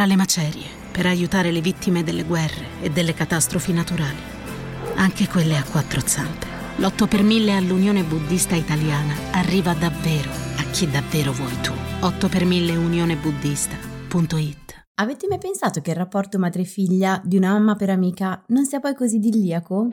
tra le macerie per aiutare le vittime delle guerre e delle catastrofi naturali, anche quelle a quattro zampe. L'8 per 1000 all'Unione Buddista Italiana arriva davvero a chi davvero vuoi tu. 8 per 1000 unionebuddista.it. Avete mai pensato che il rapporto madre-figlia di una mamma per amica non sia poi così idilliaco?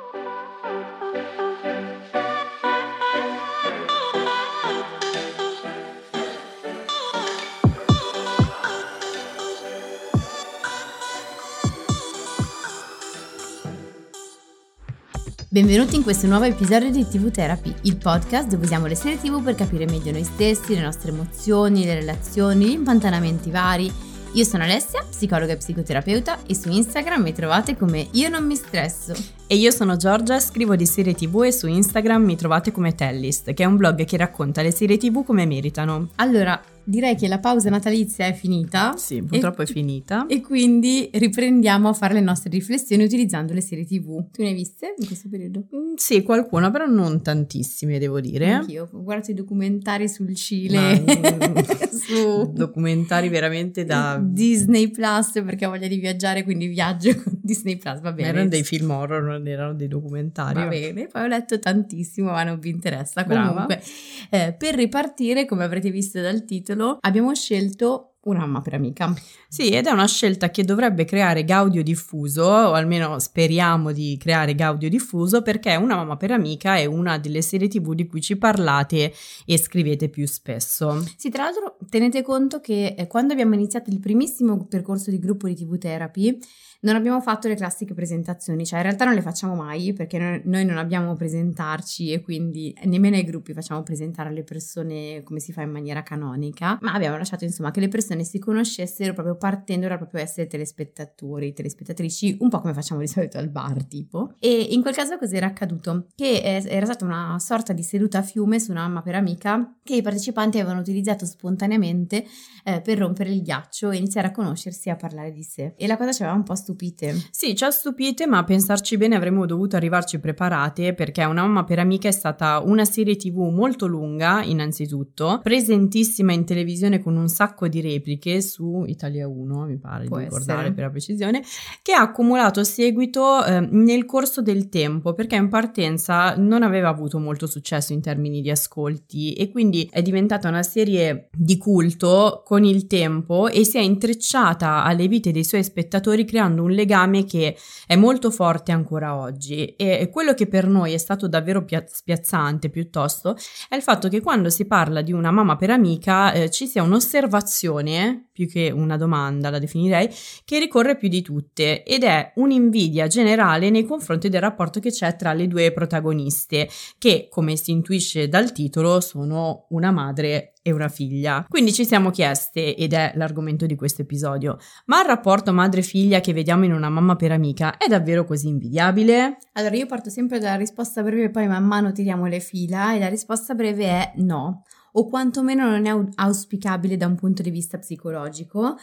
Benvenuti in questo nuovo episodio di TV Therapy, il podcast dove usiamo le serie TV per capire meglio noi stessi, le nostre emozioni, le relazioni, gli impantanamenti vari. Io sono Alessia, psicologa e psicoterapeuta, e su Instagram mi trovate come Io non mi stresso. E io sono Giorgia, scrivo di serie TV e su Instagram mi trovate come Tellist, che è un blog che racconta le serie TV come meritano. Allora, direi che la pausa natalizia è finita. Sì, purtroppo è finita. E quindi riprendiamo a fare le nostre riflessioni utilizzando le serie TV. Tu ne hai viste in questo periodo? Sì, qualcuno, però non tantissime, devo dire. Anch'io, ho guardato i documentari sul Cile. Su documentari veramente da Disney Plus, perché ho voglia di viaggiare, quindi viaggio con Disney Plus, va bene. Erano dei film horror, non erano dei documentari. Va bene, poi ho letto tantissimo, ma non vi interessa. Brava. Comunque, per ripartire, come avrete visto dal titolo, abbiamo scelto una mamma per amica. Sì, ed è una scelta che dovrebbe creare gaudio diffuso, o almeno speriamo di creare gaudio diffuso, perché Una mamma per amica è una delle serie TV di cui ci parlate e scrivete più spesso. Sì, tra l'altro tenete conto che quando abbiamo iniziato il primissimo percorso di gruppo di TV Therapy non abbiamo fatto le classiche presentazioni, cioè in realtà non le facciamo mai perché noi non abbiamo presentarci e quindi nemmeno ai gruppi facciamo presentare alle persone come si fa in maniera canonica, ma abbiamo lasciato insomma che le persone si conoscessero proprio partendo da proprio essere telespettatori, telespettatrici, un po' come facciamo di solito al bar tipo. E in quel caso cos'era accaduto? Che era stata una sorta di seduta a fiume su Una mamma per amica che i partecipanti avevano utilizzato spontaneamente per rompere il ghiaccio e iniziare a conoscersi e a parlare di sé. E la cosa ci aveva un po' stupite. Sì, ci ha stupite, ma a pensarci bene avremmo dovuto arrivarci preparate, perché Una mamma per amica è stata una serie TV molto lunga, innanzitutto, presentissima in televisione con un sacco di repliche su Italia 1, mi pare Può di ricordare essere. per la precisione, che ha accumulato seguito nel corso del tempo, perché in partenza non aveva avuto molto successo in termini di ascolti e quindi è diventata una serie di culto con il tempo e si è intrecciata alle vite dei suoi spettatori creando un legame che è molto forte ancora oggi. E quello che per noi è stato davvero spiazzante piuttosto è il fatto che quando si parla di una mamma per amica ci sia un'osservazione, più che una domanda la definirei, che ricorre più di tutte, ed è un'invidia generale nei confronti del rapporto che c'è tra le due protagoniste, che come si intuisce dal titolo sono una madre e una figlia. Quindi ci siamo chieste, ed è l'argomento di questo episodio, ma il rapporto madre-figlia che vediamo in Una mamma per amica è davvero così invidiabile? Allora io parto sempre dalla risposta breve, poi man mano tiriamo le fila, e la risposta breve è no, o quantomeno non è auspicabile da un punto di vista psicologico,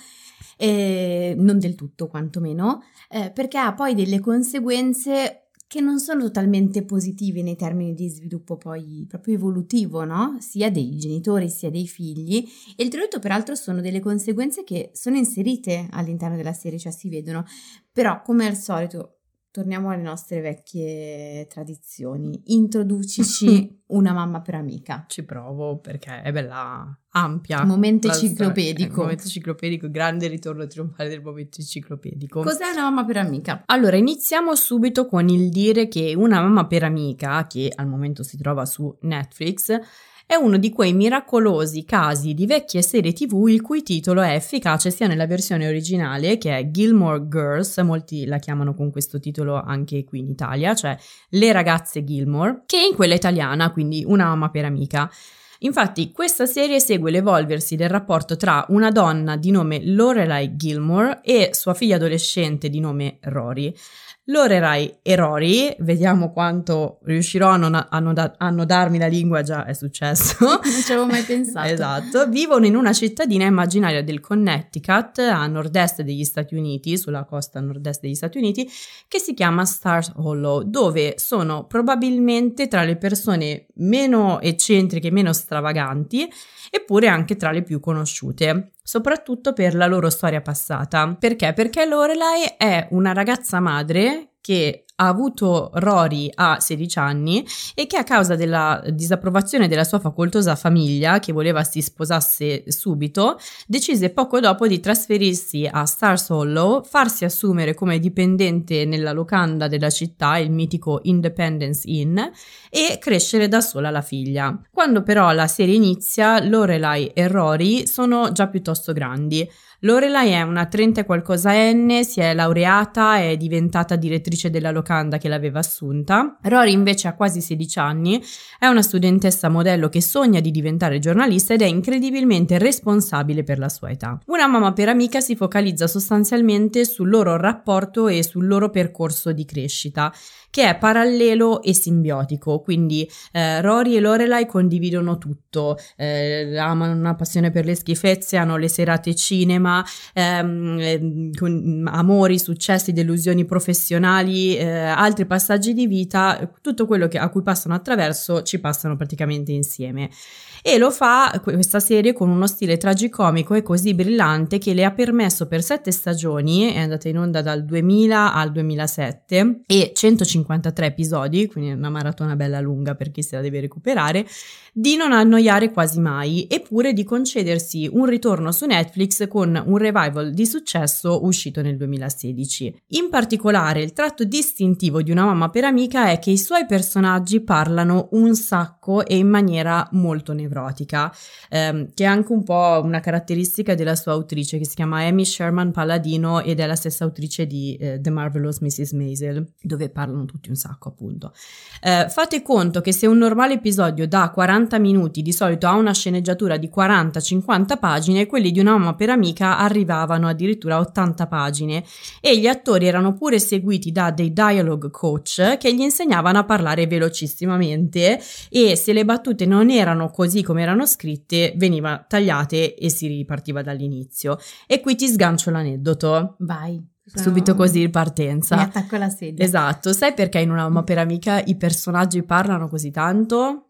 non del tutto quantomeno, perché ha poi delle conseguenze che non sono totalmente positive nei termini di sviluppo poi proprio evolutivo, no? Sia dei genitori sia dei figli, e oltretutto peraltro sono delle conseguenze che sono inserite all'interno della serie, cioè si vedono, però come al solito torniamo alle nostre vecchie tradizioni, introducici Una mamma per amica. Ci provo perché è bella ampia. Momento La storia. enciclopedico. Momento enciclopedico, grande ritorno trionfale del momento enciclopedico. Cos'è Una mamma per amica? Allora, iniziamo subito con il dire che Una mamma per amica, che al momento si trova su Netflix, è uno di quei miracolosi casi di vecchie serie TV il cui titolo è efficace sia nella versione originale, che è Gilmore Girls, molti la chiamano con questo titolo anche qui in Italia, cioè Le ragazze Gilmore, che in quella italiana, quindi Una mamma per amica. Infatti questa serie segue l'evolversi del rapporto tra una donna di nome Lorelai Gilmore e sua figlia adolescente di nome Rory. Lorelai e Rory, vediamo quanto riuscirò a annodarmi la lingua, già è successo. Non ci avevo mai pensato. Esatto, vivono in una cittadina immaginaria del Connecticut, a nord-est degli Stati Uniti, sulla costa nord-est degli Stati Uniti, che si chiama Stars Hollow, dove sono probabilmente tra le persone meno eccentriche, meno stravaganti, eppure anche tra le più conosciute. soprattutto per la loro storia passata. Perché? Perché Lorelai è una ragazza madre che ha avuto Rory a 16 anni e che a causa della disapprovazione della sua facoltosa famiglia, che voleva si sposasse subito, decise poco dopo di trasferirsi a Stars Hollow, farsi assumere come dipendente nella locanda della città, il mitico Independence Inn, e crescere da sola la figlia. Quando però la serie inizia, Lorelai e Rory sono già piuttosto grandi. Lorelai è una 30 e qualcosenne, si è laureata, è diventata direttrice della locanda che l'aveva assunta. Rory invece ha quasi 16 anni, è una studentessa modello che sogna di diventare giornalista ed è incredibilmente responsabile per la sua età. Una mamma per amica si focalizza sostanzialmente sul loro rapporto e sul loro percorso di crescita, che è parallelo e simbiotico, quindi Rory e Lorelai condividono tutto, amano una passione per le schifezze, hanno le serate cinema, con amori, successi, delusioni professionali, altri passaggi di vita, tutto quello a cui passano attraverso ci passano praticamente insieme. E lo fa questa serie con uno stile tragicomico e così brillante che le ha permesso per 7 stagioni, è andata in onda dal 2000 al 2007 e 153 episodi, quindi una maratona bella lunga per chi se la deve recuperare, di non annoiare quasi mai, eppure di concedersi un ritorno su Netflix con un revival di successo uscito nel 2016. In particolare, il tratto distintivo di Una mamma per amica è che i suoi personaggi parlano un sacco e in maniera molto nevrotica, che è anche un po' una caratteristica della sua autrice, che si chiama Amy Sherman Palladino ed è la stessa autrice di The Marvelous Mrs. Maisel, dove parlano tutti un sacco, appunto. Fate conto che se un normale episodio da 40 minuti di solito ha una sceneggiatura di 40-50 pagine, quelli di Una mamma per amica arrivavano addirittura a 80 pagine e gli attori erano pure seguiti da dei dialogue coach che gli insegnavano a parlare velocissimamente, e se le battute non erano così come erano scritte venivano tagliate e si ripartiva dall'inizio. E qui ti sgancio l'aneddoto. Vai. Subito così in partenza. Mi attacco alla sedia. Esatto. Sai perché in Una mamma per amica i personaggi parlano così tanto?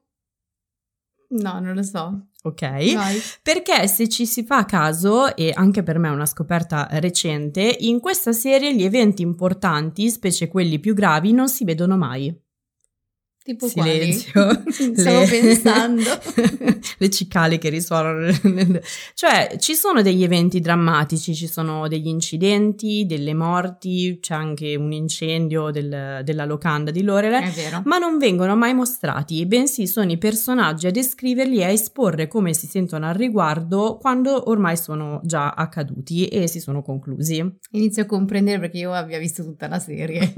No, non lo so. Ok, Vai. perché se ci si fa caso, e anche per me è una scoperta recente, in questa serie gli eventi importanti, specie quelli più gravi, non si vedono mai. Tipo Silenzio. quali? Stavo pensando. Le cicale che risuonano. Cioè, ci sono degli eventi drammatici, ci sono degli incidenti, delle morti, c'è anche un incendio della locanda di Lorelai, È vero. ma non vengono mai mostrati, bensì sono i personaggi a descriverli e a esporre come si sentono al riguardo quando ormai sono già accaduti e si sono conclusi. Inizio a comprendere perché io abbia visto tutta la serie.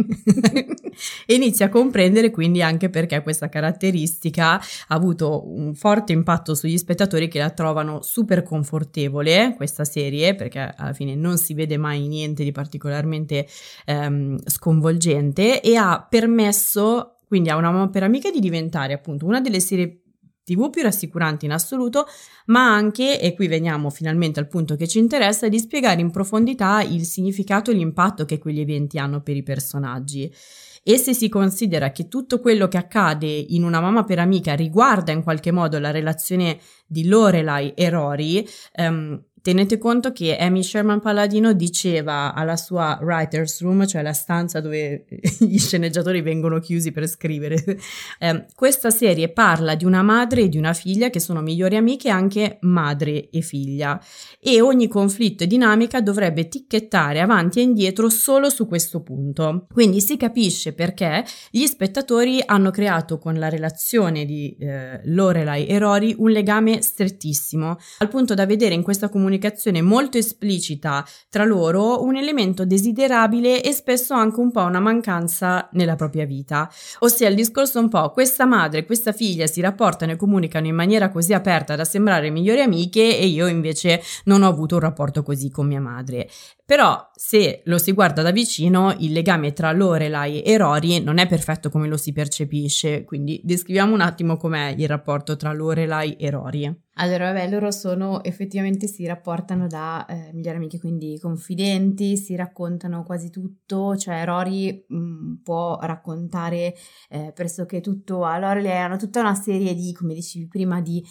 E inizia a comprendere quindi anche perché questa caratteristica ha avuto un forte impatto sugli spettatori, che la trovano super confortevole questa serie, perché alla fine non si vede mai niente di particolarmente sconvolgente, e ha permesso quindi a Una mamma per amica di diventare appunto una delle serie TV più rassicuranti in assoluto, ma anche, e qui veniamo finalmente al punto che ci interessa, di spiegare in profondità il significato e l'impatto che quegli eventi hanno per i personaggi. E se si considera che tutto quello che accade in Una mamma per amica riguarda in qualche modo la relazione di Lorelai e Rory, tenete conto che Amy Sherman Palladino diceva alla sua writer's room, cioè la stanza dove gli sceneggiatori vengono chiusi per scrivere, questa serie parla di una madre e di una figlia che sono migliori amiche, anche madre e figlia, e ogni conflitto e dinamica dovrebbe ticchettare avanti e indietro solo su questo punto. Quindi si capisce perché gli spettatori hanno creato con la relazione di Lorelai e Rory un legame strettissimo, al punto da vedere in questa comunicazione molto esplicita tra loro un elemento desiderabile e spesso anche un po' una mancanza nella propria vita. Ossia, il discorso un po': questa madre e questa figlia si rapportano e comunicano in maniera così aperta da sembrare migliori amiche, e io invece non ho avuto un rapporto così con mia madre. Però se lo si guarda da vicino, il legame tra Lorelai e Rory non è perfetto come lo si percepisce, quindi descriviamo un attimo com'è il rapporto tra Lorelai e Rory. Allora, vabbè, loro effettivamente si rapportano da migliori amiche, quindi confidenti, si raccontano quasi tutto, cioè Rory può raccontare pressoché tutto a Lorelai, hanno tutta una serie di, come dicevi prima, di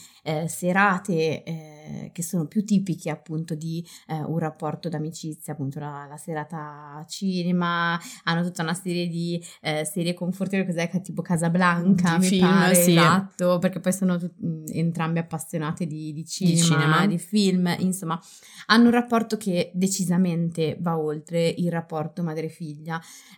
serate che sono più tipiche appunto di un rapporto d'amicizia, appunto la serata a cinema, hanno tutta una serie di serie confortevoli, cos'è, tipo Casablanca, mi film, pare, sì. esatto, perché poi sono entrambe appassionate di cinema, di film, insomma hanno un rapporto che decisamente va oltre il rapporto madre-figlia,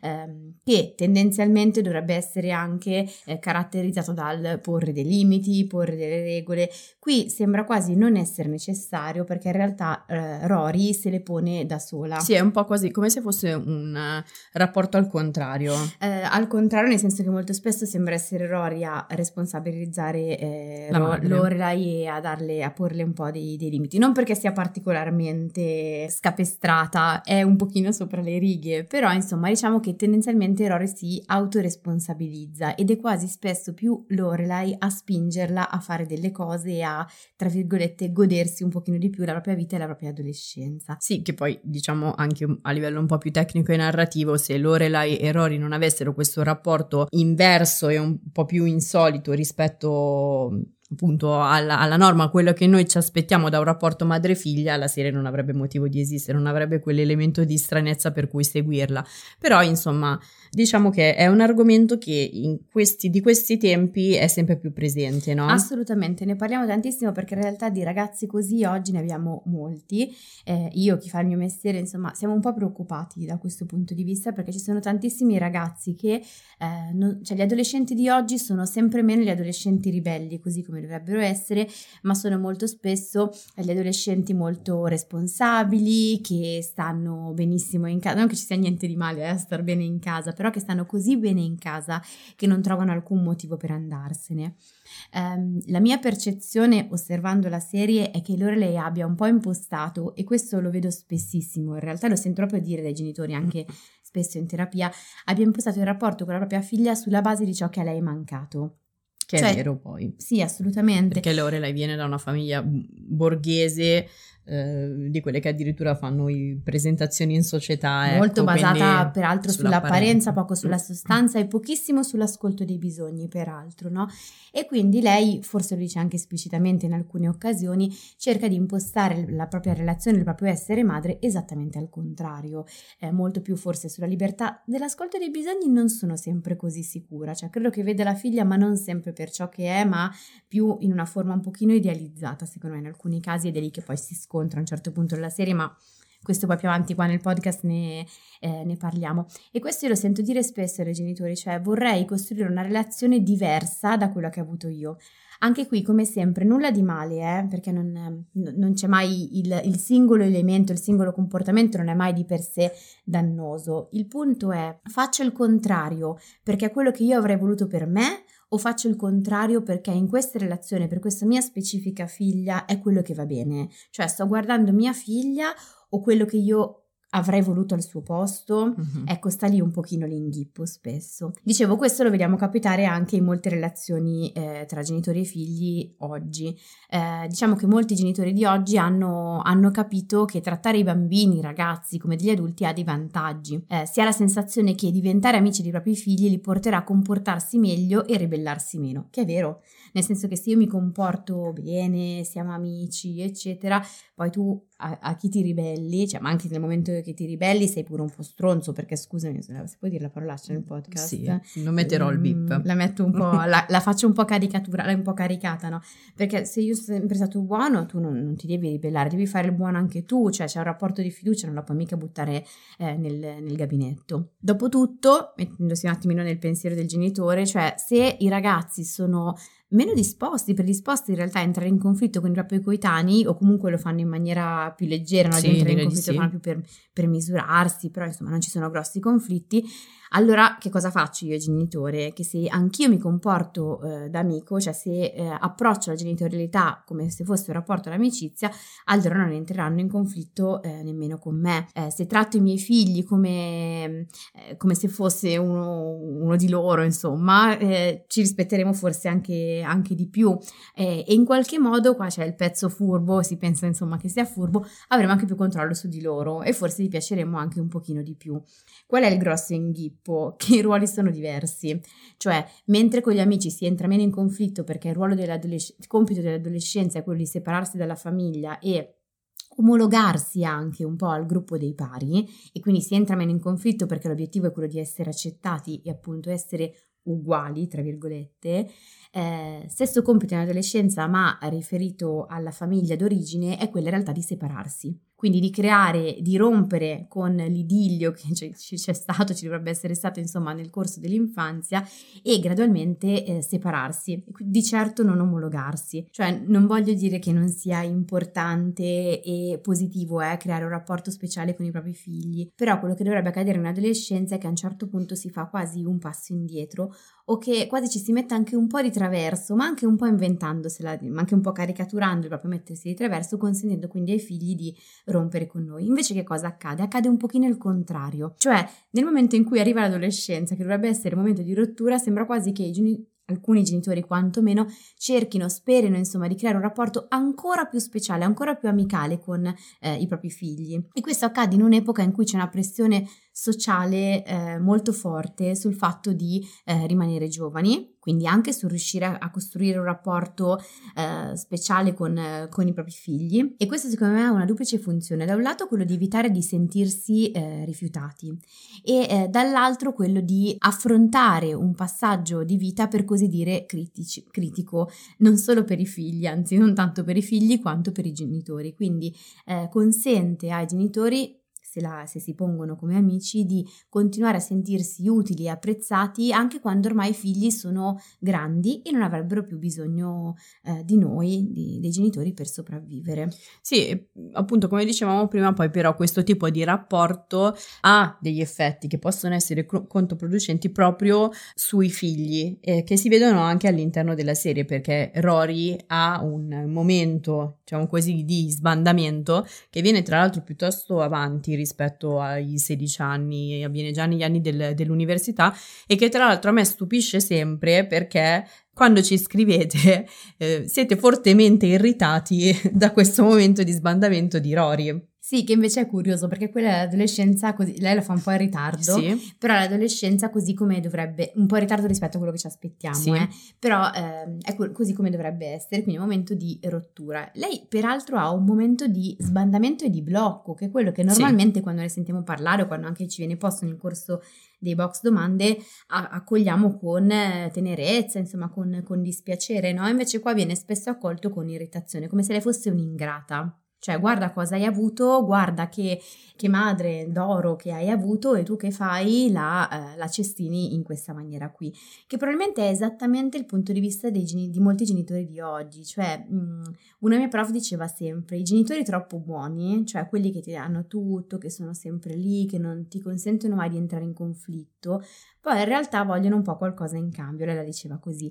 che tendenzialmente dovrebbe essere anche caratterizzato dal porre dei limiti, porre delle regole. Qui sembra quasi non essere necessario, perché in realtà Rory se le pone da sola. Sì, è un po' così, come se fosse un rapporto al contrario. Al contrario, nel senso che molto spesso sembra essere Rory a responsabilizzare Lorelai e a porle un po' dei limiti. Non perché sia particolarmente scapestrata, è un pochino sopra le righe, però insomma diciamo che tendenzialmente Rory si autoresponsabilizza ed è quasi spesso più Lorelai a spingerla a fare delle cose e a, tra virgolette, godersi un pochino di più la propria vita e la propria adolescenza. Sì, che poi diciamo anche a livello un po' più tecnico e narrativo, se Lorelai e Rory non avessero questo rapporto inverso e un po' più insolito rispetto appunto alla norma, quello che noi ci aspettiamo da un rapporto madre-figlia, la serie non avrebbe motivo di esistere, non avrebbe quell'elemento di stranezza per cui seguirla. Però insomma diciamo che è un argomento che di questi tempi è sempre più presente, no? Assolutamente, ne parliamo tantissimo perché in realtà di ragazzi così oggi ne abbiamo molti. Io, chi fa il mio mestiere, insomma, siamo un po' preoccupati da questo punto di vista, perché ci sono tantissimi ragazzi che, cioè gli adolescenti di oggi sono sempre meno gli adolescenti ribelli, così come dovrebbero essere, ma sono molto spesso gli adolescenti molto responsabili, che stanno benissimo in casa, non che ci sia niente di male a star bene in casa, però che stanno così bene in casa che non trovano alcun motivo per andarsene. La mia percezione osservando la serie è che Lorelai abbia un po' impostato, e questo lo vedo spessissimo, in realtà lo sento proprio dire dai genitori anche spesso in terapia, abbia impostato il rapporto con la propria figlia sulla base di ciò che a lei è mancato. Che cioè, è vero poi. Sì, assolutamente. Perché Lorelai viene da una famiglia borghese, di quelle che addirittura fanno presentazioni in società. Molto basata quindi peraltro sull'apparenza, poco sulla sostanza e pochissimo sull'ascolto dei bisogni, peraltro, no? E quindi lei, forse lo dice anche esplicitamente in alcune occasioni, cerca di impostare la propria relazione, il proprio essere madre esattamente al contrario, molto più forse sulla libertà. Dell'ascolto dei bisogni non sono sempre così sicura, cioè credo che vede la figlia ma non sempre per ciò che è, ma più in una forma un pochino idealizzata, secondo me, in alcuni casi, ed è lì che poi si scontra a un certo punto della serie, ma questo poi più avanti qua nel podcast ne parliamo. E questo io lo sento dire spesso ai genitori, cioè vorrei costruire una relazione diversa da quello che ho avuto io. Anche qui, come sempre, nulla di male, perché non c'è mai il singolo elemento, il singolo comportamento non è mai di per sé dannoso. Il punto è, faccio il contrario perché è quello che io avrei voluto per me, o faccio il contrario perché in questa relazione, per questa mia specifica figlia, è quello che va bene. Cioè sto guardando mia figlia o quello che io avrei voluto al suo posto. Ecco, sta lì un pochino l'inghippo spesso. Dicevo, questo lo vediamo capitare anche in molte relazioni tra genitori e figli oggi. Diciamo che molti genitori di oggi hanno capito che trattare i bambini, i ragazzi come degli adulti ha dei vantaggi. Si ha la sensazione che diventare amici dei propri figli li porterà a comportarsi meglio e ribellarsi meno, che è vero, nel senso che se io mi comporto bene, siamo amici, eccetera, poi tu a chi ti ribelli, cioè, ma anche nel momento che ti ribelli sei pure un po' stronzo, perché scusami, si può dire la parolaccia nel podcast? Sì, non metterò il bip. La metto un po', la faccio un po' caricatura, un po' caricata, no? Perché se io sono sempre stato buono, tu non ti devi ribellare, devi fare il buono anche tu, cioè c'è un rapporto di fiducia, non la puoi mica buttare nel gabinetto. Dopotutto, mettendosi un attimino nel pensiero del genitore, cioè se i ragazzi sono meno predisposti in realtà a entrare in conflitto con i propri coetanei, o comunque lo fanno in maniera più leggera, no? Di entrare in conflitto, lo fanno più per misurarsi, però insomma non ci sono grossi conflitti, Allora che cosa faccio io genitore? Che se anch'io mi comporto da amico, cioè se approccio la genitorialità come se fosse un rapporto d'amicizia, allora non entreranno in conflitto nemmeno con me. Se tratto i miei figli come se fosse uno di loro, insomma, ci rispetteremo forse anche di più, e in qualche modo qua c'è il pezzo furbo, si pensa insomma che sia furbo, avremo anche più controllo su di loro e forse gli piaceremo anche un pochino di più. Qual è il grosso inghippo? Che i ruoli sono diversi, cioè mentre con gli amici si entra meno in conflitto perché il compito dell'adolescenza è quello di separarsi dalla famiglia e omologarsi anche un po' al gruppo dei pari, e quindi si entra meno in conflitto perché l'obiettivo è quello di essere accettati e appunto essere uguali, tra virgolette. Stesso compito in adolescenza, ma riferito alla famiglia d'origine, è quello in realtà di separarsi, quindi di rompere con l'idillio che c'è stato, ci dovrebbe essere stato insomma nel corso dell'infanzia, e gradualmente separarsi, di certo non omologarsi. Cioè non voglio dire che non sia importante e positivo creare un rapporto speciale con i propri figli, però quello che dovrebbe accadere in adolescenza è che a un certo punto si fa quasi un passo indietro, o che quasi ci si mette anche un po' di traverso, ma anche un po' inventandosela, ma anche un po' caricaturando, proprio mettersi di traverso, consentendo quindi ai figli di rompere con noi. Invece che cosa accade? Accade un pochino il contrario, cioè nel momento in cui arriva l'adolescenza, che dovrebbe essere il momento di rottura, sembra quasi che alcuni genitori quantomeno sperino insomma di creare un rapporto ancora più speciale, ancora più amicale con i propri figli, e questo accade in un'epoca in cui c'è una pressione sociale molto forte sul fatto di rimanere giovani, quindi anche sul riuscire a costruire un rapporto speciale con i propri figli. E questo secondo me ha una duplice funzione: da un lato quello di evitare di sentirsi rifiutati, e dall'altro quello di affrontare un passaggio di vita per così dire critico, non solo per i figli, anzi non tanto per i figli quanto per i genitori. Quindi consente ai genitori, se si pongono come amici, di continuare a sentirsi utili e apprezzati anche quando ormai i figli sono grandi e non avrebbero più bisogno di noi, dei genitori, per sopravvivere. Sì, appunto come dicevamo prima, poi però questo tipo di rapporto ha degli effetti che possono essere controproducenti proprio sui figli, che si vedono anche all'interno della serie, perché Rory ha un momento, diciamo così, di sbandamento che viene tra l'altro piuttosto avanti rispetto ai 16 anni, avviene già negli anni dell'università, e che tra l'altro a me stupisce sempre perché quando ci scrivete siete fortemente irritati da questo momento di sbandamento di Rory. Sì, che invece è curioso perché quella è l'adolescenza, così, lei la fa un po' in ritardo, sì. Però l'adolescenza così come dovrebbe, un po' in ritardo rispetto a quello che ci aspettiamo, sì. Però è così come dovrebbe essere, quindi un momento di rottura. Lei peraltro ha un momento di sbandamento e di blocco, che è quello che normalmente quando ne sentiamo parlare o quando anche ci viene posto nel corso dei box domande accogliamo con tenerezza, insomma con dispiacere, no? Invece qua viene spesso accolto con irritazione, come se lei fosse un'ingrata. Cioè guarda cosa hai avuto, guarda che madre d'oro che hai avuto, e tu che fai la cestini in questa maniera qui, che probabilmente è esattamente il punto di vista di molti genitori di oggi. Cioè una mia prof diceva sempre: i genitori troppo buoni, cioè quelli che ti danno tutto, che sono sempre lì, che non ti consentono mai di entrare in conflitto, poi in realtà vogliono un po' qualcosa in cambio. Lei la diceva così,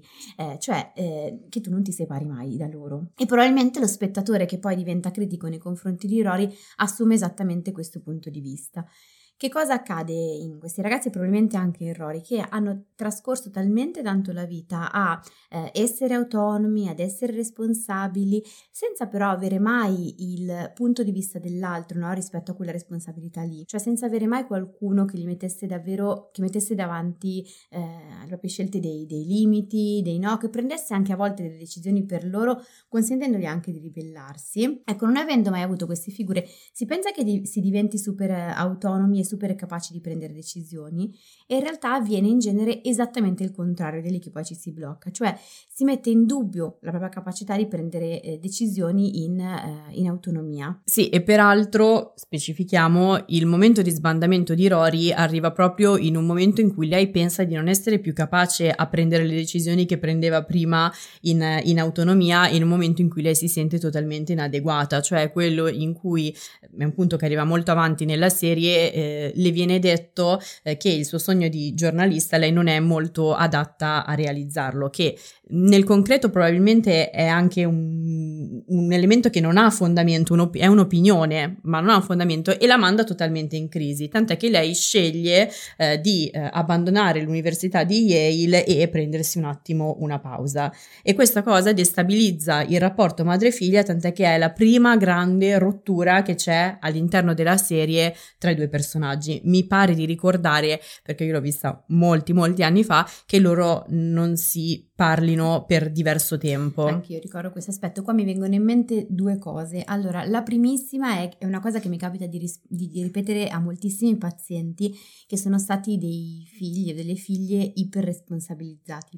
che tu non ti separi mai da loro. E probabilmente lo spettatore che poi diventa critico nei confronti di Rory assume esattamente questo punto di vista. Che cosa accade in questi ragazzi, probabilmente anche in Rory, che hanno trascorso talmente tanto la vita a essere autonomi, ad essere responsabili, senza però avere mai il punto di vista dell'altro, no? Rispetto a quella responsabilità lì, cioè senza avere mai qualcuno che mettesse davanti alle proprie scelte dei limiti, dei no, che prendesse anche a volte delle decisioni per loro, consentendogli anche di ribellarsi. Ecco, non avendo mai avuto queste figure, si pensa che si diventi super autonomi e super capaci di prendere decisioni, e in realtà avviene in genere esattamente il contrario, di lì che poi ci si blocca, cioè si mette in dubbio la propria capacità di prendere decisioni in autonomia. Sì, e peraltro specifichiamo, il momento di sbandamento di Rory arriva proprio in un momento in cui lei pensa di non essere più capace a prendere le decisioni che prendeva prima in autonomia, in un momento in cui lei si sente totalmente inadeguata, cioè quello in cui, è un punto che arriva molto avanti nella serie, le viene detto che il suo sogno di giornalista lei non è molto adatta a realizzarlo, che nel concreto probabilmente è anche un elemento che non ha fondamento, è un'opinione, ma non ha un fondamento, e la manda totalmente in crisi, tant'è che lei sceglie di abbandonare l'università di Yale e prendersi un attimo una pausa. E questa cosa destabilizza il rapporto madre-figlia, tant'è che è la prima grande rottura che c'è all'interno della serie tra i due personaggi. Mi pare di ricordare, perché io l'ho vista molti anni fa, che loro non si parlino per diverso tempo. Anch'io ricordo questo aspetto. Qua mi vengono in mente due cose. Allora, la primissima è una cosa che mi capita di ripetere a moltissimi pazienti, che sono stati dei figli o delle figlie iperresponsabilizzate,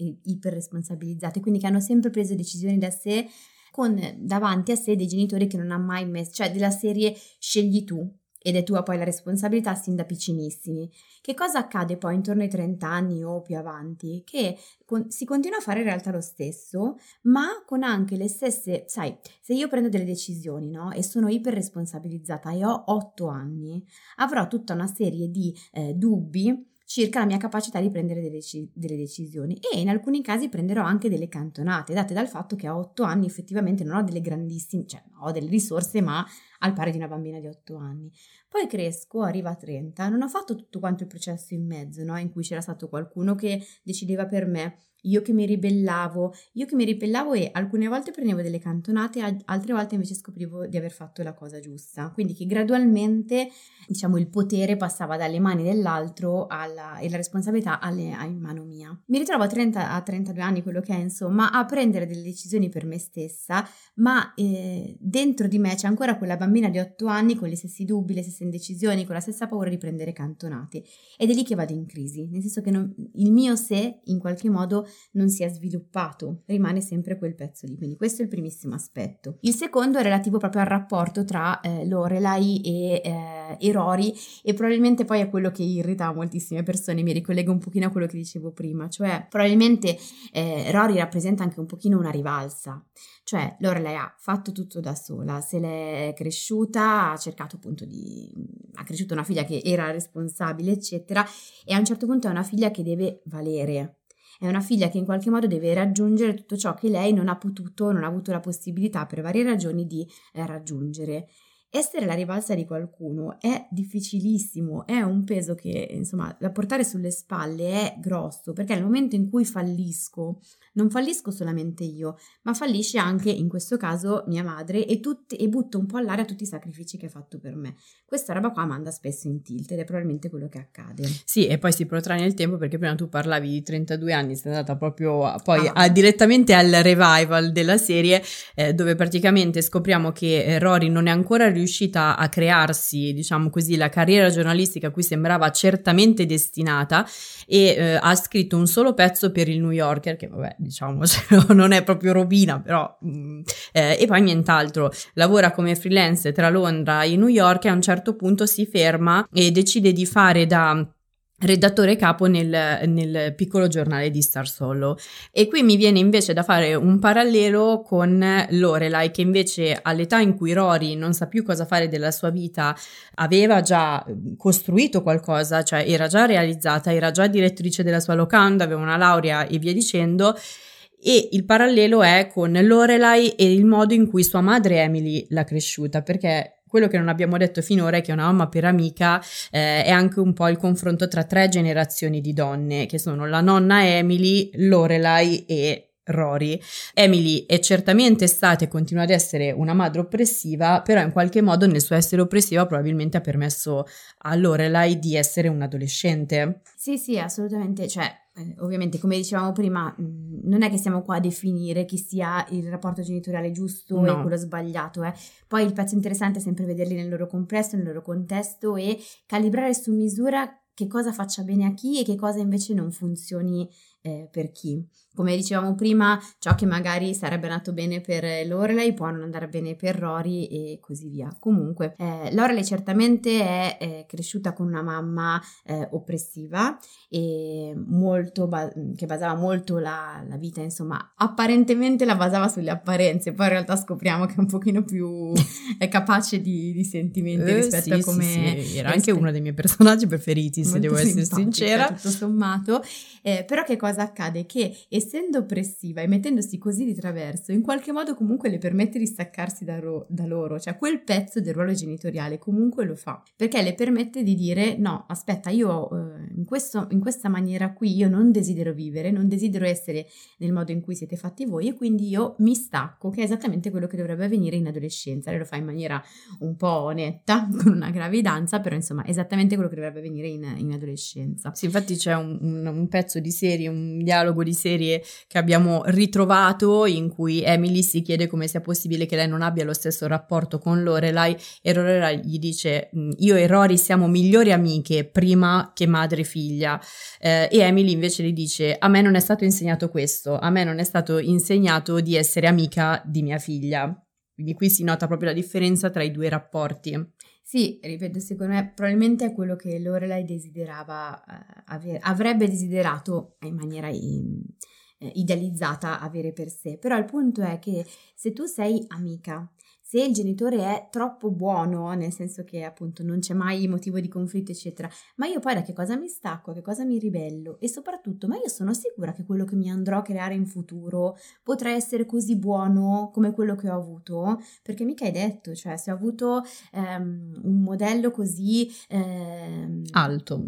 quindi che hanno sempre preso decisioni da sé, con davanti a sé dei genitori che non ha mai messo, cioè della serie scegli tu ed è tua poi la responsabilità sin da piccinissimi. Che cosa accade poi intorno ai 30 anni o più avanti? Che si continua a fare in realtà lo stesso, ma con anche le stesse, sai, se io prendo delle decisioni, no, e sono iperresponsabilizzata e ho 8 anni, avrò tutta una serie di dubbi circa la mia capacità di prendere delle decisioni, e in alcuni casi prenderò anche delle cantonate, date dal fatto che a 8 anni effettivamente non ho delle grandissime, cioè ho delle risorse, ma al pari di una bambina di 8 anni. Poi cresco, arrivo a 30, non ho fatto tutto quanto il processo in mezzo, no? In cui c'era stato qualcuno che decideva per me, io che mi ribellavo e alcune volte prendevo delle cantonate, altre volte invece scoprivo di aver fatto la cosa giusta. Quindi che gradualmente, diciamo, il potere passava dalle mani dell'altro e la responsabilità in mano mia. Mi ritrovo a 32 anni, quello che è, insomma, a prendere delle decisioni per me stessa, ma dentro di me c'è ancora quella bambina di 8 anni con gli stessi dubbi, le stesse indecisioni, con la stessa paura di prendere cantonate. Ed è lì che vado in crisi, nel senso che il mio sé in qualche modo non si è sviluppato, rimane sempre quel pezzo lì. Quindi questo è il primissimo aspetto. Il secondo è relativo proprio al rapporto tra Lorelai e Rory, e probabilmente poi è quello che irrita moltissime persone. Mi ricollego un pochino a quello che dicevo prima, cioè probabilmente Rory rappresenta anche un pochino una rivalsa, cioè Lorelai ha fatto tutto da sola, se l'è cresciuta, ha cercato appunto ha cresciuto una figlia che era responsabile eccetera, e a un certo punto è una figlia che deve valere. È una figlia che in qualche modo deve raggiungere tutto ciò che lei non ha avuto la possibilità per varie ragioni di raggiungere. Essere la rivalsa di qualcuno è difficilissimo, è un peso che, insomma, da portare sulle spalle è grosso, perché nel momento in cui fallisco, non fallisco solamente io, ma fallisce anche, in questo caso, mia madre e butto un po' all'aria tutti i sacrifici che ha fatto per me. Questa roba qua manda spesso in tilt ed è probabilmente quello che accade. Sì, e poi si protrae nel tempo, perché prima tu parlavi di 32 anni, sei andata proprio direttamente al revival della serie, dove praticamente scopriamo che Rory non è ancora riuscita a crearsi, diciamo così, la carriera giornalistica a cui sembrava certamente destinata, e ha scritto un solo pezzo per il New Yorker, che vabbè, diciamo, non è proprio robina, però e poi nient'altro. Lavora come freelance tra Londra e New York, e a un certo punto si ferma e decide di fare da redattore capo nel piccolo giornale di Stars Hollow. E qui mi viene invece da fare un parallelo con Lorelai, che invece all'età in cui Rory non sa più cosa fare della sua vita aveva già costruito qualcosa, cioè era già realizzata, era già direttrice della sua locanda, aveva una laurea e via dicendo. E il parallelo è con Lorelai e il modo in cui sua madre Emily l'ha cresciuta, perché quello che non abbiamo detto finora è che Una mamma per amica è anche un po' il confronto tra 3 generazioni di donne, che sono la nonna Emily, Lorelai e Rory. Emily è certamente stata e continua ad essere una madre oppressiva, però in qualche modo nel suo essere oppressiva probabilmente ha permesso a Lorelai di essere un adolescente. Sì, assolutamente, cioè ovviamente come dicevamo prima non è che siamo qua a definire chi sia il rapporto genitoriale giusto e quello sbagliato, Poi il pezzo interessante è sempre vederli nel loro complesso, nel loro contesto, e calibrare su misura che cosa faccia bene a chi e che cosa invece non funzioni per chi. Come dicevamo prima, ciò che magari sarebbe andato bene per Lorelai può non andare bene per Rory e così via. Comunque, Lorelai certamente è cresciuta con una mamma oppressiva e che basava molto la vita, insomma, apparentemente la basava sulle apparenze, poi in realtà scopriamo che è un pochino più capace di sentimenti rispetto a come... Sì. Era anche uno dei miei personaggi preferiti, se devo essere sincera. Tutto sommato. Però che cosa accade? Che essendo oppressiva e mettendosi così di traverso, in qualche modo comunque le permette di staccarsi da loro, cioè quel pezzo del ruolo genitoriale comunque lo fa, perché le permette di dire no, aspetta, io in questa maniera qui io non desidero vivere, non desidero essere nel modo in cui siete fatti voi e quindi io mi stacco, che è esattamente quello che dovrebbe avvenire in adolescenza. Lei lo fa in maniera un po' netta, con una gravidanza, però insomma esattamente quello che dovrebbe avvenire in adolescenza. Sì, infatti c'è un pezzo di serie, un dialogo di serie che abbiamo ritrovato in cui Emily si chiede come sia possibile che lei non abbia lo stesso rapporto con Lorelai e Lorelai gli dice io e Rory siamo migliori amiche prima che madre e figlia, e Emily invece gli dice a me non è stato insegnato questo, a me non è stato insegnato di essere amica di mia figlia. Quindi qui si nota proprio la differenza tra i due rapporti. Sì, ripeto, secondo me probabilmente è quello che Lorelai desiderava avrebbe desiderato in maniera idealizzata avere per sé, però il punto è che se tu sei amica, se il genitore è troppo buono, nel senso che appunto non c'è mai motivo di conflitto eccetera, ma io poi da che cosa mi stacco, a che cosa mi ribello e soprattutto ma io sono sicura che quello che mi andrò a creare in futuro potrà essere così buono come quello che ho avuto, perché mica hai detto, cioè se ho avuto un modello così alto,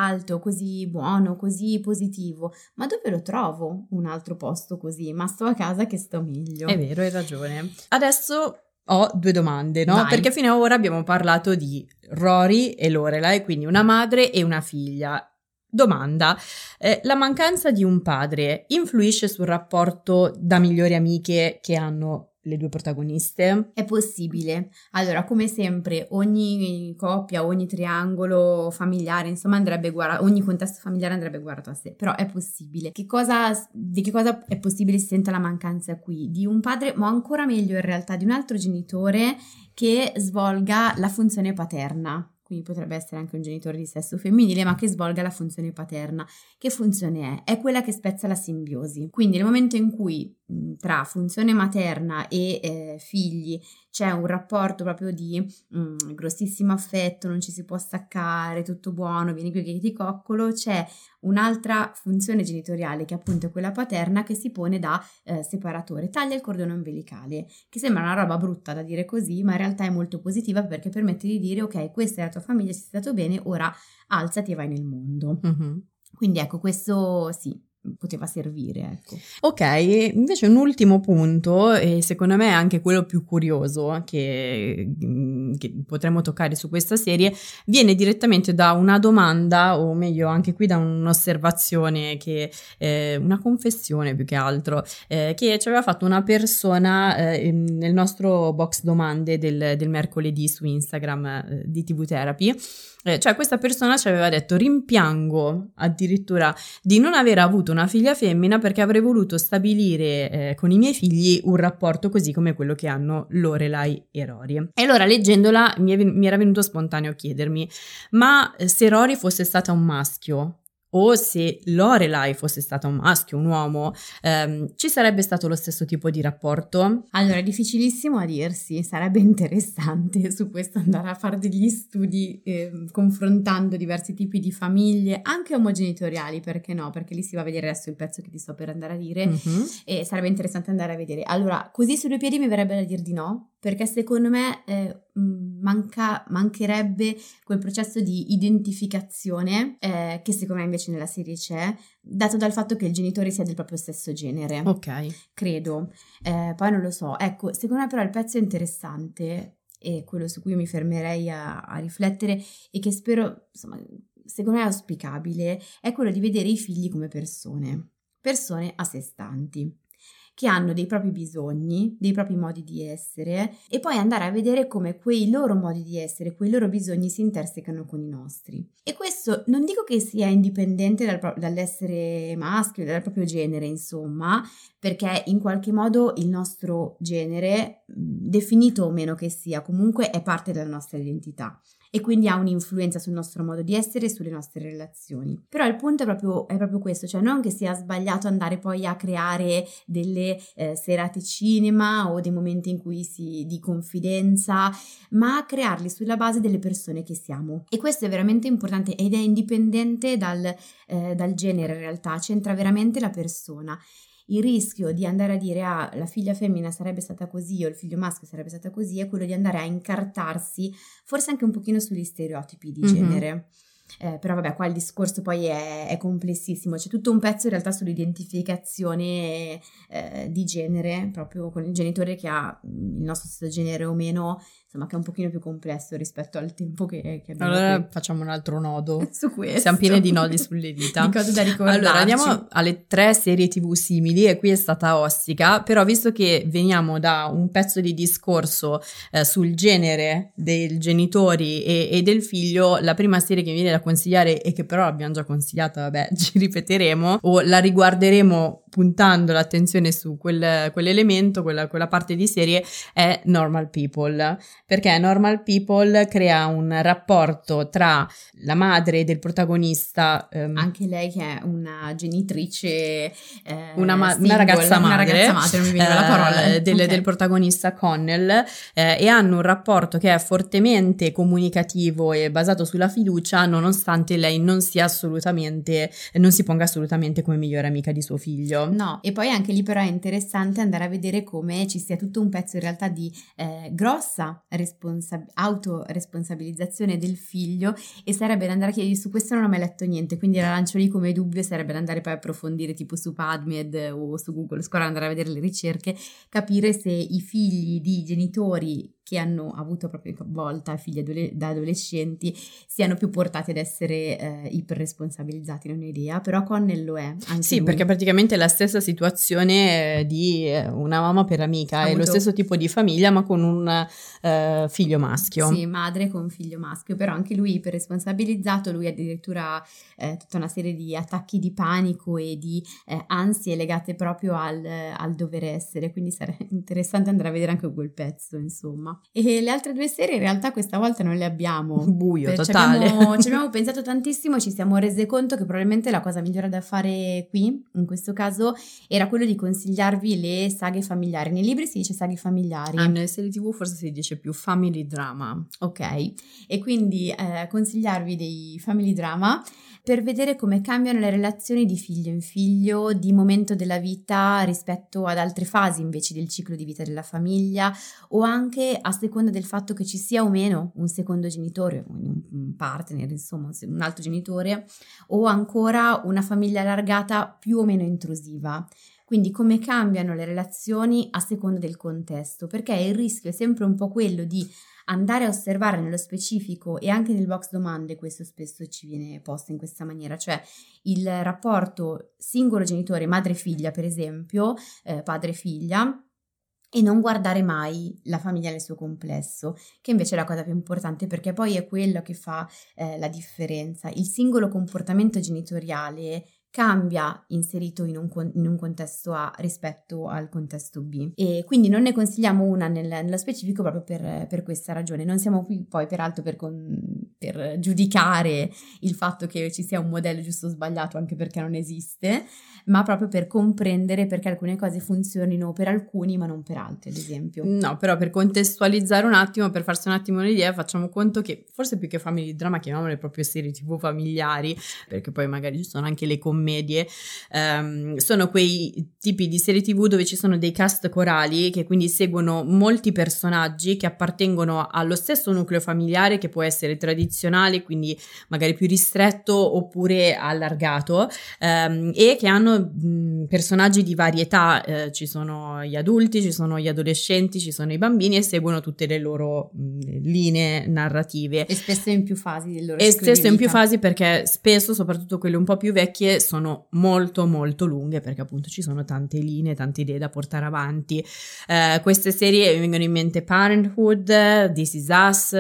così buono, così positivo, ma dove lo trovo un altro posto così? Ma sto a casa che sto meglio. È vero, hai ragione. Adesso ho due domande, no? Vai. Perché fino ad ora abbiamo parlato di Rory e Lorelai, quindi una madre e una figlia. Domanda, la mancanza di un padre influisce sul rapporto da migliori amiche che hanno le due protagoniste? È possibile. Allora, come sempre, ogni coppia, ogni triangolo familiare, insomma, andrebbe guardato, ogni contesto familiare andrebbe guardato a sé, però è possibile. Di che cosa è possibile si senta la mancanza qui? Di un padre, ma ancora meglio in realtà, di un altro genitore che svolga la funzione paterna. Quindi potrebbe essere anche un genitore di sesso femminile, ma che svolga la funzione paterna. Che funzione è? È quella che spezza la simbiosi. Quindi nel momento in cui tra funzione materna e figli c'è un rapporto proprio di grossissimo affetto, non ci si può staccare, tutto buono, vieni qui che ti coccolo, c'è un'altra funzione genitoriale che appunto è quella paterna che si pone da separatore, taglia il cordone ombelicale, che sembra una roba brutta da dire così, ma in realtà è molto positiva perché permette di dire ok, questa è la tua famiglia, sei stato bene, ora alzati e vai nel mondo. Mm-hmm. Quindi ecco, questo sì, poteva servire, ecco. Ok, invece un ultimo punto, e secondo me è anche quello più curioso che potremmo toccare su questa serie, viene direttamente da una domanda, o meglio anche qui da un'osservazione, una confessione più che altro, che ci aveva fatto una persona nel nostro box domande del mercoledì su Instagram di TV Therapy. Cioè questa persona ci aveva detto rimpiango addirittura di non aver avuto una figlia femmina perché avrei voluto stabilire con i miei figli un rapporto così come quello che hanno Lorelai e Rory. E allora leggendola mi era venuto spontaneo chiedermi ma se Rory fosse stata un maschio o se Lorelai fosse stata un maschio, un uomo, ci sarebbe stato lo stesso tipo di rapporto? Allora, è difficilissimo a dirsi, sarebbe interessante su questo andare a fare degli studi confrontando diversi tipi di famiglie, anche omogenitoriali, perché no? Perché lì si va a vedere adesso il pezzo che ti sto per andare a dire, e sarebbe interessante andare a vedere. Allora, così su due piedi mi verrebbe da dire di no, perché secondo me mancherebbe quel processo di identificazione che secondo me invece nella serie c'è, dato dal fatto che il genitore sia del proprio stesso genere. Ok. Credo. Poi non lo so. Ecco, secondo me però il pezzo è interessante e quello su cui mi fermerei a riflettere e che spero, insomma, secondo me è auspicabile, è quello di vedere i figli come persone a sé stanti, che hanno dei propri bisogni, dei propri modi di essere, e poi andare a vedere come quei loro modi di essere, quei loro bisogni si intersecano con i nostri. E questo non dico che sia indipendente dall'essere maschio, dal proprio genere, insomma, perché in qualche modo il nostro genere, definito o meno che sia, comunque è parte della nostra identità e quindi ha un'influenza sul nostro modo di essere e sulle nostre relazioni. Però il punto è proprio questo, cioè non che sia sbagliato andare poi a creare delle serate cinema o dei momenti in cui di confidenza, ma a crearli sulla base delle persone che siamo. E questo è veramente importante ed è indipendente dal genere in realtà, c'entra veramente la persona. Il rischio di andare a dire la figlia femmina sarebbe stata così o il figlio maschio sarebbe stata così è quello di andare a incartarsi forse anche un pochino sugli stereotipi di genere. Però vabbè, qua il discorso poi è complessissimo, c'è tutto un pezzo in realtà sull'identificazione di genere, proprio con il genitore che ha il nostro stesso genere o meno, insomma, che è un pochino più complesso rispetto al tempo che abbiamo. Allora qui. Facciamo un altro nodo su questo. Siamo piene di nodi sulle dita. Di cose da ricordarci. Allora andiamo alle 3 serie TV simili, e qui è stata ostica, però visto che veniamo da un pezzo di discorso sul genere dei genitori e del figlio, la prima serie che mi viene da consigliare, e che però abbiamo già consigliato, vabbè, ci ripeteremo o la riguarderemo puntando l'attenzione su quell'elemento, quella parte di serie, è Normal People, perché Normal People crea un rapporto tra la madre del protagonista, anche lei che è una genitrice, una ragazza madre, non mi veniva la parola, del protagonista Connell, e hanno un rapporto che è fortemente comunicativo e basato sulla fiducia, nonostante lei non si ponga assolutamente come migliore amica di suo figlio. No, e poi anche lì però è interessante andare a vedere come ci sia tutto un pezzo in realtà di grossa autoresponsabilizzazione del figlio, e sarebbe da andare a chiedere, su questo non ho mai letto niente, quindi la lancio lì come dubbio, sarebbe da andare poi a approfondire tipo su PubMed o su Google Scholar, andare a vedere le ricerche, capire se i figli di genitori che hanno avuto proprio volta figli da adolescenti siano più portati ad essere iperresponsabilizzati, non ho idea, però Connell lo è anche sì, lui. Perché praticamente è la stessa situazione di una mamma per amica, è lo stesso tipo di famiglia ma con un figlio maschio. Sì, madre con figlio maschio, però anche lui iperresponsabilizzato, lui addirittura tutta una serie di attacchi di panico e di ansie legate proprio al dover essere, quindi sarebbe interessante andare a vedere anche quel pezzo, insomma. E le altre 2 serie in realtà questa volta non le abbiamo. Buio totale. Ci abbiamo pensato tantissimo e ci siamo rese conto che probabilmente la cosa migliore da fare qui, in questo caso, era quello di consigliarvi le saghe familiari. Nei libri si dice saghe familiari. Nelle serie TV forse si dice più family drama. Ok, e quindi consigliarvi dei family drama per vedere come cambiano le relazioni di figlio in figlio, di momento della vita rispetto ad altre fasi invece del ciclo di vita della famiglia, o anche a seconda del fatto che ci sia o meno un secondo genitore, un partner, insomma, un altro genitore, o ancora una famiglia allargata più o meno intrusiva. Quindi come cambiano le relazioni a seconda del contesto, perché il rischio è sempre un po' quello di andare a osservare nello specifico, e anche nel box domande questo spesso ci viene posto in questa maniera, cioè il rapporto singolo genitore, madre-figlia per esempio, padre-figlia, e non guardare mai la famiglia nel suo complesso, che invece è la cosa più importante, perché poi è quello che fa la differenza. Il singolo comportamento genitoriale cambia inserito in un contesto A rispetto al contesto B, e quindi non ne consigliamo una nello specifico proprio per questa ragione. Non siamo qui poi peraltro per giudicare il fatto che ci sia un modello giusto o sbagliato, anche perché non esiste, ma proprio per comprendere perché alcune cose funzionino per alcuni ma non per altri, ad esempio. No, però per contestualizzare un attimo, per farsi un attimo un'idea, facciamo conto che forse più che family drama chiamiamole proprio serie TV familiari, perché poi magari ci sono anche le commedie, sono quei tipi di serie TV dove ci sono dei cast corali che quindi seguono molti personaggi che appartengono allo stesso nucleo familiare, che può essere tradizionale, quindi magari più ristretto oppure allargato, e che hanno personaggi di varietà, ci sono gli adulti, ci sono gli adolescenti, ci sono i bambini, e seguono tutte le loro linee narrative, e spesso in più fasi del loro e ciclo spesso di in più vita. fasi, perché spesso, soprattutto quelle un po' più vecchie, sono molto molto lunghe perché appunto ci sono tante linee, tante idee da portare avanti. Queste serie mi vengono in mente Parenthood, This Is Us,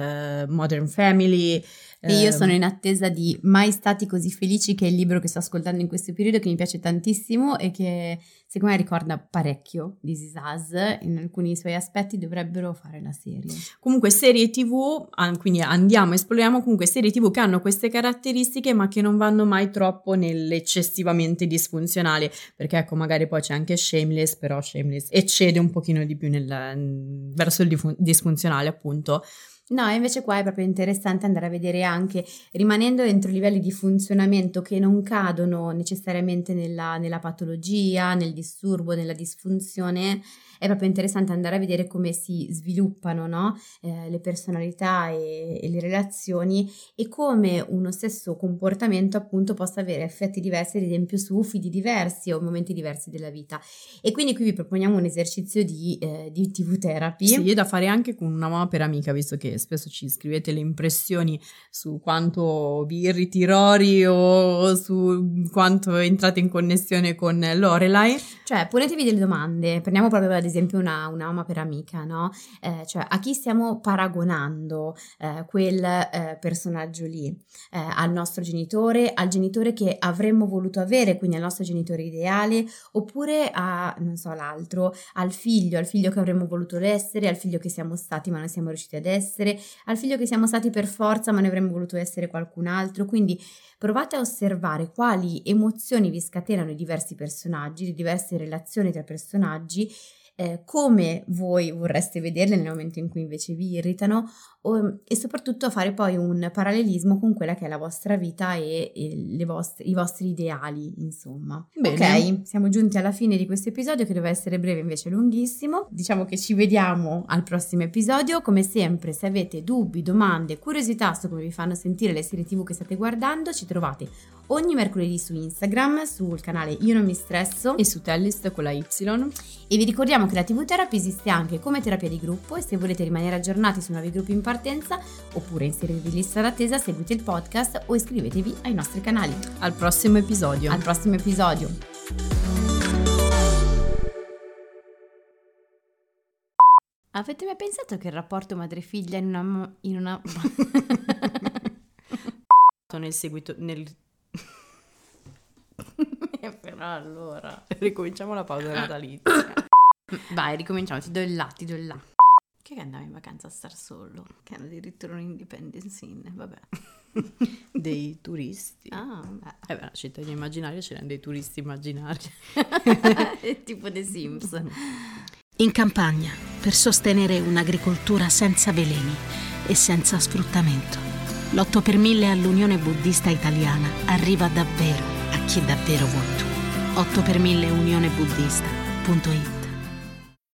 Modern Family. E io sono in attesa di Mai stati così felici, che è il libro che sto ascoltando in questo periodo, che mi piace tantissimo e che secondo me ricorda parecchio This Is Us. In alcuni suoi aspetti dovrebbero fare la serie. Comunque serie TV, quindi andiamo, esploriamo comunque serie TV che hanno queste caratteristiche ma che non vanno mai troppo nell'eccessivamente disfunzionale, perché ecco magari poi c'è anche Shameless, però Shameless eccede un pochino di più verso il disfunzionale appunto. No, invece qua è proprio interessante andare a vedere anche, rimanendo entro livelli di funzionamento che non cadono necessariamente nella patologia, nel disturbo, nella disfunzione. È proprio interessante andare a vedere come si sviluppano, no? Le personalità e le relazioni, e come uno stesso comportamento appunto possa avere effetti diversi, ad esempio su figli diversi o momenti diversi della vita. E quindi qui vi proponiamo un esercizio di TV therapy. Sì, da fare anche con una mamma per amica, visto che spesso ci scrivete le impressioni su quanto vi irriti Rory o su quanto entrate in connessione con Lorelai. Cioè, ponetevi delle domande, prendiamo proprio ad esempio una mamma per amica, no? Cioè, a chi stiamo paragonando quel personaggio lì? Al nostro genitore, al genitore che avremmo voluto avere, quindi al nostro genitore ideale, oppure a, non so, l'altro, al figlio che avremmo voluto essere, al figlio che siamo stati ma non siamo riusciti ad essere, al figlio che siamo stati per forza ma ne avremmo voluto essere qualcun altro. Quindi provate a osservare quali emozioni vi scatenano i diversi personaggi, le diverse relazioni tra personaggi, come voi vorreste vederle nel momento in cui invece vi irritano, e soprattutto fare poi un parallelismo con quella che è la vostra vita e i vostri ideali, insomma. Bene. Ok, siamo giunti alla fine di questo episodio, che doveva essere breve invece lunghissimo. Diciamo che ci vediamo al prossimo episodio. Come sempre, se avete dubbi, domande, curiosità su come vi fanno sentire le serie TV che state guardando, ci trovate ogni mercoledì su Instagram, sul canale Io Non Mi Stresso E su Tellist con la Y. E vi ricordiamo che la TV Therapy esiste anche come terapia di gruppo, e se volete rimanere aggiornati su nuovi gruppi in partenza oppure inserirvi in lista d'attesa, seguite il podcast o iscrivetevi ai nostri canali. Al prossimo episodio. Al prossimo episodio. Avete mai pensato che il rapporto madre-figlia in una nel seguito però allora ricominciamo la pausa natalizia. vai, ricominciamo, ti do il là. Che andavi in vacanza a star solo, che hanno addirittura un Independence Inn, vabbè. Dei turisti. Beh, La cittadina immaginaria c'erano dei turisti immaginari. è tipo The Sims. In campagna, per sostenere un'agricoltura senza veleni e senza sfruttamento, l'8 per 1000 all'Unione Buddista Italiana arriva davvero a chi davvero vuoi tu. 8 per 1000 unionebuddista.it